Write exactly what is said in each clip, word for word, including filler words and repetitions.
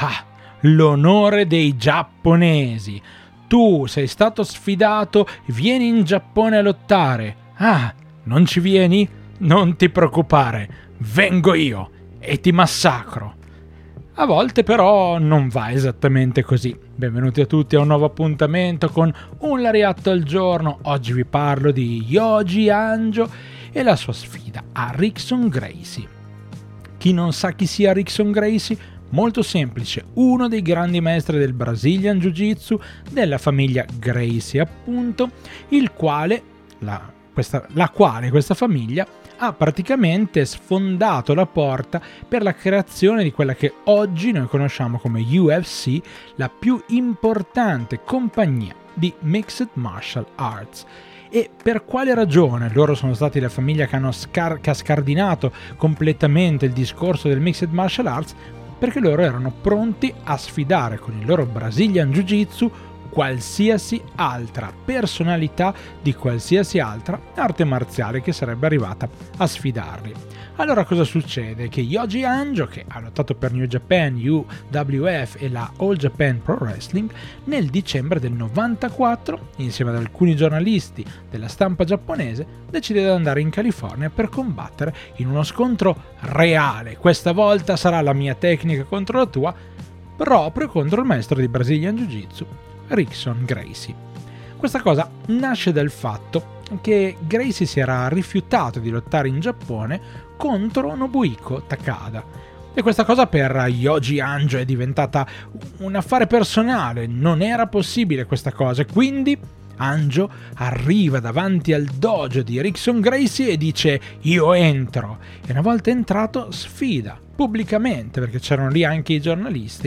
Ah, l'onore dei giapponesi. Tu sei stato sfidato, vieni in Giappone a lottare. Ah, non ci vieni? Non ti preoccupare, vengo io e ti massacro. A volte però non va esattamente così. Benvenuti a tutti a un nuovo appuntamento con un lariatto al giorno. Oggi vi parlo di Yoji Anjo e la sua sfida a Rickson Gracie. Chi non sa chi sia Rickson Gracie? Molto semplice, uno dei grandi maestri del Brazilian Jiu-Jitsu, della famiglia Gracie appunto, il quale, la, questa, la quale questa famiglia ha praticamente sfondato la porta per la creazione di quella che oggi noi conosciamo come U F C, la più importante compagnia di Mixed Martial Arts. E per quale ragione loro sono stati la famiglia che, hanno scar- che ha scardinato completamente il discorso del Mixed Martial Arts? Perché loro erano pronti a sfidare con il loro Brazilian Jiu-Jitsu qualsiasi altra personalità di qualsiasi altra arte marziale che sarebbe arrivata a sfidarli. Allora cosa succede? Che Yoji Anjo, che ha lottato per New Japan, U W F e la All Japan Pro Wrestling, nel dicembre del novantaquattro, insieme ad alcuni giornalisti della stampa giapponese, decide di andare in California per combattere in uno scontro reale. Questa volta sarà la mia tecnica contro la tua, proprio contro il maestro di Brazilian Jiu-Jitsu, Rickson Gracie. Questa cosa nasce dal fatto che Gracie si era rifiutato di lottare in Giappone contro Nobuhiko Takada. E questa cosa per Yoji Anjo è diventata un affare personale, non era possibile questa cosa, quindi Anjo arriva davanti al dojo di Rickson Gracie e dice io entro, e una volta entrato sfida pubblicamente, perché c'erano lì anche i giornalisti,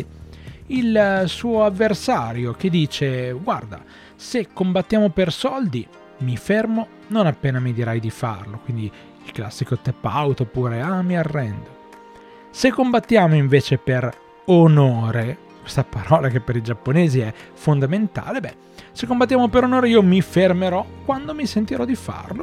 il suo avversario, che dice guarda, se combattiamo per soldi mi fermo non appena mi dirai di farlo, quindi il classico tap out oppure ah mi arrendo. Se combattiamo invece per onore, questa parola che per i giapponesi è fondamentale, beh, se combattiamo per onore io mi fermerò quando mi sentirò di farlo.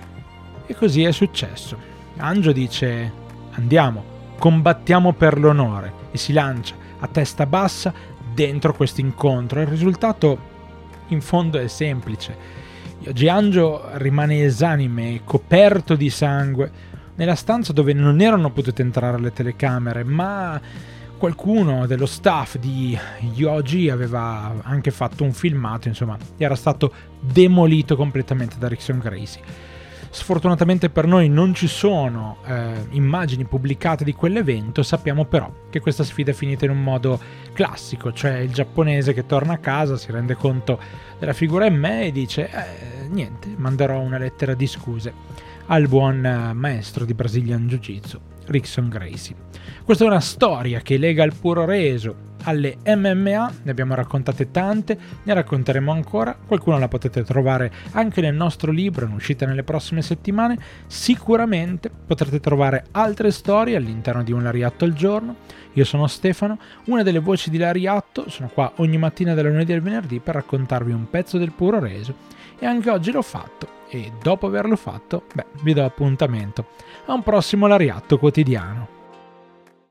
E così è successo. Anjo dice andiamo, combattiamo per l'onore, e si lancia a testa bassa dentro questo incontro. Il risultato in fondo è semplice. Yoji Anjo rimane esanime, coperto di sangue, nella stanza dove non erano potute entrare le telecamere, ma qualcuno dello staff di Yoji aveva anche fatto un filmato, insomma, era stato demolito completamente da Rickson Gracie. Sfortunatamente per noi non ci sono eh, immagini pubblicate di quell'evento, sappiamo però che questa sfida è finita in un modo classico, cioè il giapponese che torna a casa, si rende conto della figura in me e dice eh, niente, manderò una lettera di scuse al buon eh, maestro di Brazilian Jiu-Jitsu, Rickson Gracie. Questa è una storia che lega il puro reso alle M M A, ne abbiamo raccontate tante, ne racconteremo ancora, qualcuna la potete trovare anche nel nostro libro in uscita nelle prossime settimane. Sicuramente potrete trovare altre storie all'interno di un Lariatto al giorno. Io sono Stefano, una delle voci di Lariatto, sono qua ogni mattina dalla lunedì al venerdì per raccontarvi un pezzo del puro reso, e anche oggi l'ho fatto, e dopo averlo fatto, beh, vi do appuntamento a un prossimo Lariatto quotidiano.